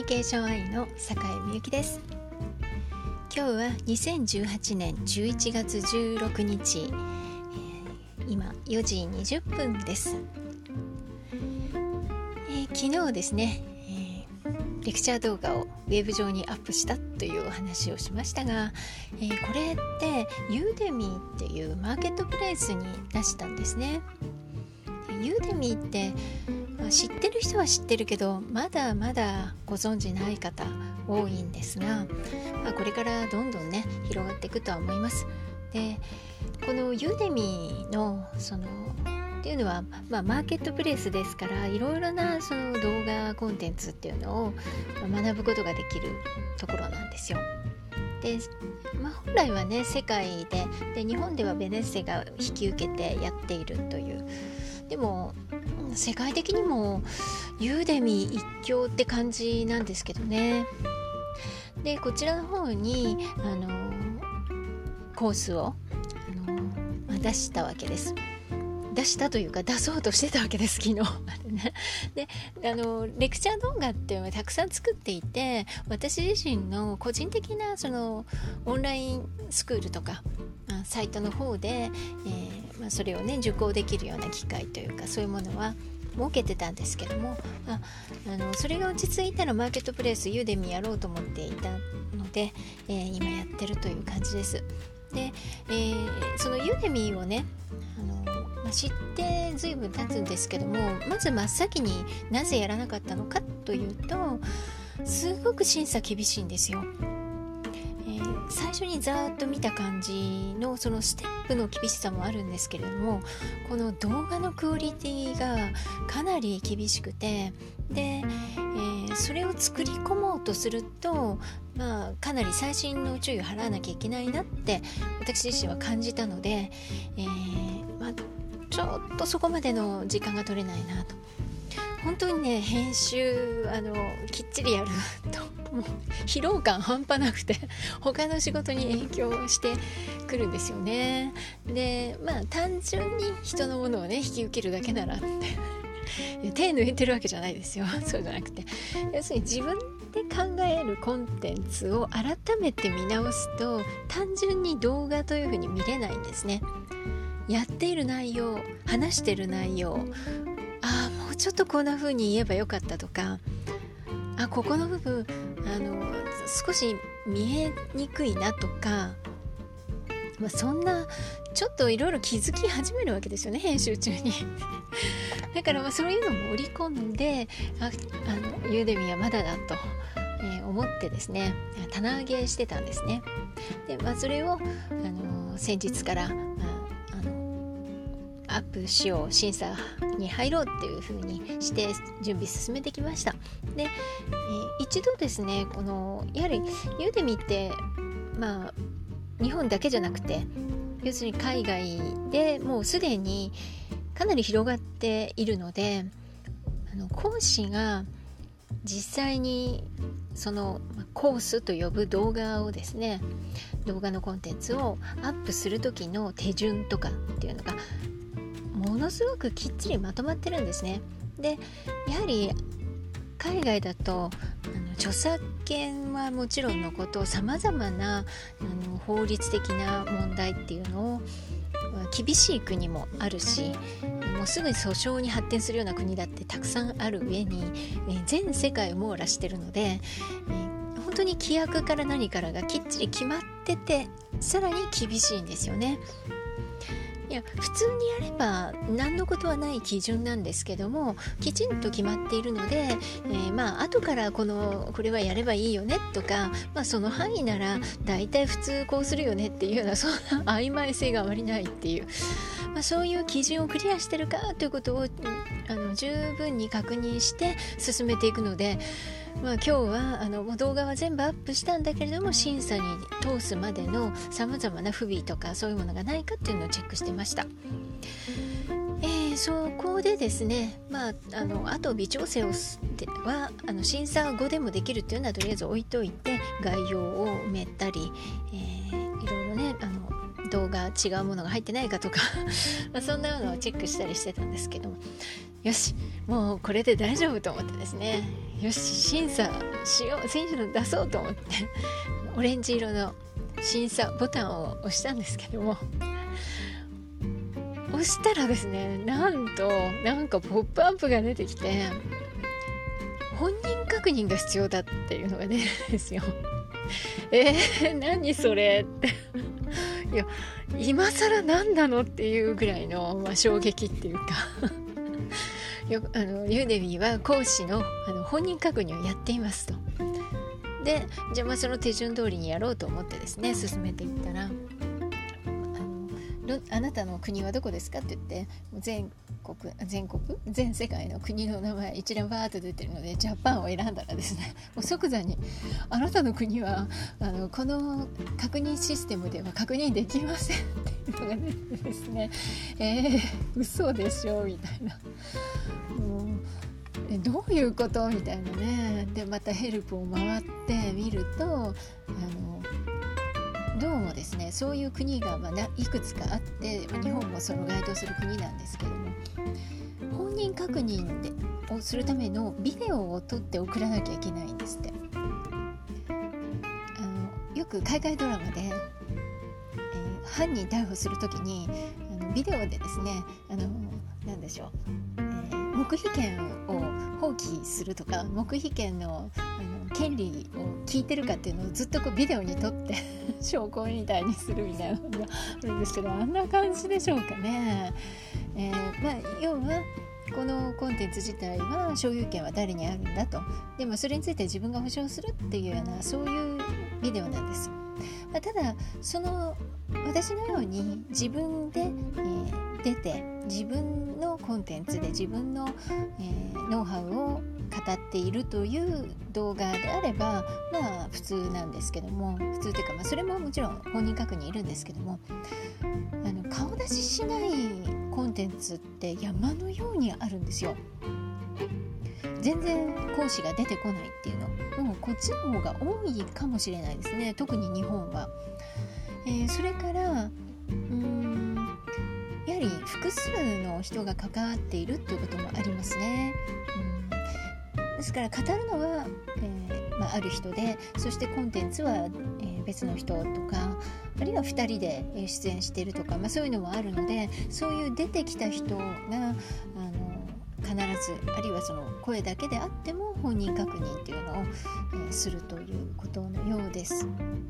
ニケーション愛の坂井美由です。今日は2018年11月16日、今4時20分です。昨日ですね、レクチャー動画をウェブ上にアップしたというお話をしましたが、これってユーデミーっていうマーケットプレイスに出したんですね。ユーデミーって知ってる人は知ってるけどまだまだご存じない方多いんですが、これからどんどんね広がっていくとは思います。でこのユーデミーのっていうのは、マーケットプレイスですからいろいろなその動画コンテンツっていうのを学ぶことができるところなんですよ。で、本来はね世界で日本ではベネッセが引き受けてやっているという、でも世界的にもユーデミー一強って感じなんですけどね。でこちらの方にコースを出したわけです。出したというか出そうとしてたわけです昨日でレクチャー動画っていうのはたくさん作っていて、私自身の個人的なオンラインスクールとかサイトの方で、それをね受講できるような機会というかそういうものは設けてたんですけども、それが落ち着いたらマーケットプレイスユーデミやろうと思っていたので、今やってるという感じです。で、そのユーデミをね知って随分経つんですけども、まず真っ先になぜやらなかったのかというと、すごく審査厳しいんですよ。最初にざーっと見た感じのそのステップの厳しさもあるんですけれども、この動画のクオリティがかなり厳しくて、で、それを作り込もうとすると、かなり細心の注意を払わなきゃいけないなって私自身は感じたので、ちょっとそこまでの時間が取れないなと。本当にね編集きっちりやるともう疲労感半端なくて他の仕事に影響してくるんですよね。で単純に人のものをね引き受けるだけならって手抜いてるわけじゃないですよ。そうじゃなくて、要するに自分で考えるコンテンツを改めて見直すと単純に動画というふうに見れないんですね。やっている内容、話している内容、もうちょっとこんな風に言えばよかったとか、ここの部分少し見えにくいなとか、そんなちょっといろいろ気づき始めるわけですよね、編集中にだからそういうのも織り込んでユーデミはまだだと、思ってですね棚上げしてたんですね。で、それを先日からアップしよう、審査に入ろうっていう風にして準備進めてきました。で、一度ですねやはりユーデミって日本だけじゃなくて要するに海外でもうすでにかなり広がっているので、講師が実際にそのコースと呼ぶ動画をですね、動画のコンテンツをアップする時の手順とかっていうのがものすごくきっちりまとまってるんですね。で、やはり海外だと著作権はもちろんのことさまざまな法律的な問題っていうのを厳しい国もあるし、もうすぐに訴訟に発展するような国だってたくさんある上に、全世界を網羅してるので、本当に規約から何からがきっちり決まってて、さらに厳しいんですよね。いや普通にやれば何のことはない基準なんですけども、きちんと決まっているので、後からこれはやればいいよねとか、その範囲ならだいたい普通こうするよねっていうようなそんな曖昧性があまりないっていう、そういう基準をクリアしてるかということを十分に確認して進めていくので、今日は動画は全部アップしたんだけれども、審査に通すまでのさまざまな不備とかそういうものがないかっていうのをチェックしてました。そこでですね、あと微調整をは審査後でもできるっていうのはとりあえず置いといて、概要を埋めたり、いろいろね動画違うものが入ってないかとかそんなのをチェックしたりしてたんですけど、 よしもうこれで大丈夫と思ってですね、よし審査しよう、選手の出そうと思ってオレンジ色の審査ボタンを押したんですけども、押したらですね、なんかポップアップが出てきて、本人確認が必要だっていうのが出るんですよ。何それっていや今更何なのっていうぐらいの、衝撃っていうかユーデミは講師の、本人確認をやっていますと。でじゃあその手順通りにやろうと思ってですね進めていったら、あなたの国はどこですかって言って全世界の国の名前一覧バーッと出てるのでジャパンを選んだらですね、もう即座にあなたの国はこの確認システムでは確認できませんっていうのが出てですね、嘘でしょみたいな、もうどういうことみたいなね。でまたヘルプを回ってみるとどうもですね、そういう国がいくつかあって、日本もその該当する国なんですけども、本人確認をするためのビデオを撮って送らなきゃいけないんですって。よく海外ドラマで、犯人逮捕するときにビデオでですね、なんでしょう、黙秘権を放棄するとか、黙秘権の権利を聞いてるかっていうのをずっとビデオに撮って証拠みたいにするみたいなのがあるんですけど、あんな感じでしょうかね。要はこのコンテンツ自体は所有権は誰にあるんだと、でもそれについて自分が保証するっていうようなそういうビデオなんです。ただ私のように自分で、出て自分のコンテンツで自分の、ノウハウを語っているという動画であれば普通なんですけども、普通というか、それももちろん本人確認いるんですけども、顔出ししないコンテンツって山のようにあるんですよ。全然講師が出てこないっていうのもうこっちの方が多いかもしれないですね、特に日本は。それからやはり複数の人が関わっているということもありますね。ですから語るのは、ある人で、そしてコンテンツは、別の人とか、あるいは2人で出演しているとか、そういうのもあるので、そういう出てきた人が必ず、あるいはその声だけであっても本人確認というのを、するということのようです。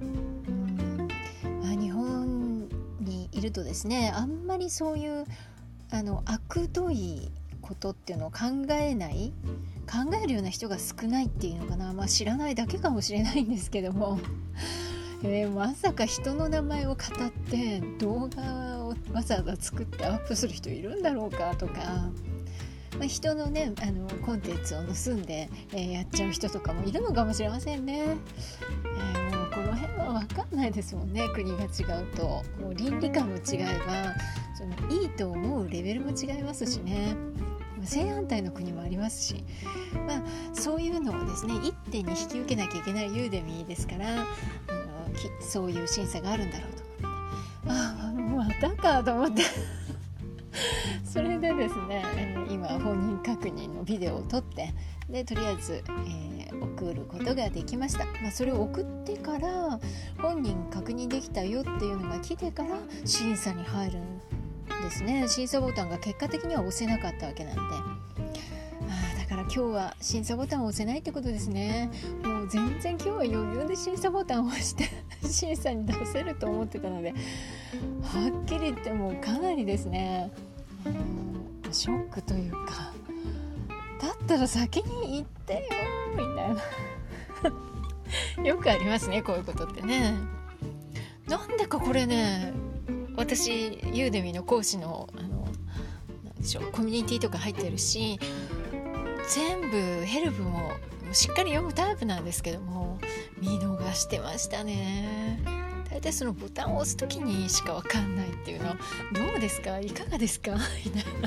日本にいるとですね、あんまりそういう悪どいことっていうのを考えるような人が少ないっていうのかな、知らないだけかもしれないんですけども、まさか人の名前を語って動画をわざわざ作ってアップする人いるんだろうかとか、人のねコンテンツを盗んで、やっちゃう人とかもいるのかもしれませんね。もうこの辺は分かんないですもんね、国が違うと。もう倫理観も違えばいいと思うレベルも違いますしね。正反対の国もありますし、そういうのをですね一手に引き受けなきゃいけないユーデミーですから、そういう審査があるんだろうと思って、またかと思ってそれでですね、今本人確認のビデオを撮って、でとりあえず、送ることができました。それを送ってから本人確認できたよっていうのが来てから審査に入るんですね。審査ボタンが結果的には押せなかったわけなんで、だから今日は審査ボタンを押せないってことですね。もう全然今日は余裕で審査ボタンを押して審査に出せると思ってたので、はっきり言ってもうかなりですね、ショックというか、だったら先に言ってよみたいなよくありますね、こういうことってね。なんでかこれね、私ユーデミの講師のなんでしょう、コミュニティとか入ってるし、全部ヘルプもしっかり読むタイプなんですけども、見逃してましたね。大体そのボタンを押すときにしか分かんないっていうの、どうですか、いかがですかみたいな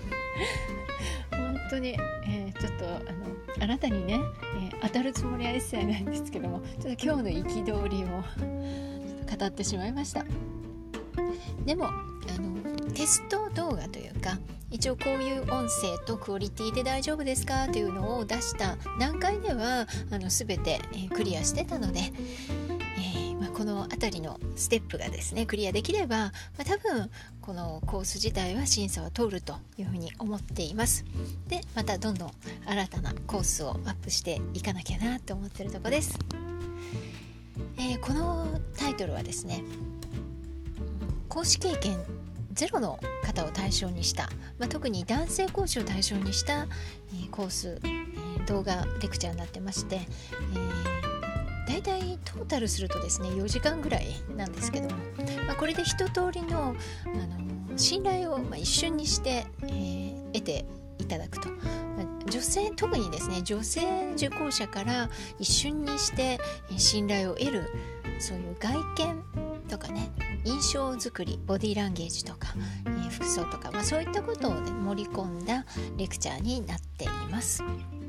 本当に、ちょっとあなたにね、当たるつもりは一切ないんですけども、ちょっと今日の憤りを語ってしまいました。でもテスト動画というか、一応こういう音声とクオリティで大丈夫ですかというのを出した段階では全てクリアしてたので、このあたりのステップがですねクリアできれば、多分このコース自体は審査は通るというふうに思っています。でまたどんどん新たなコースをアップしていかなきゃなと思ってるところです。このタイトルはですね、講師経験ゼロの方を対象にした、特に男性講師を対象にした、コース、動画レクチャーになってまして、だいたいトータルするとですね4時間ぐらいなんですけども、これで一通りの、信頼を、一瞬にして、得ていただくと、女性特にですね女性受講者から一瞬にして信頼を得る、そういう外見とかね、印象作り、ボディーランゲージとか、服装とか、そういったことを、盛り込んだレクチャーになっています。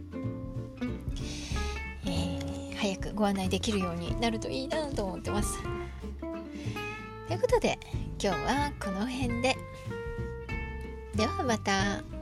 早くご案内できるようになるといいなと思ってます。ということで今日はこの辺で、ではまた。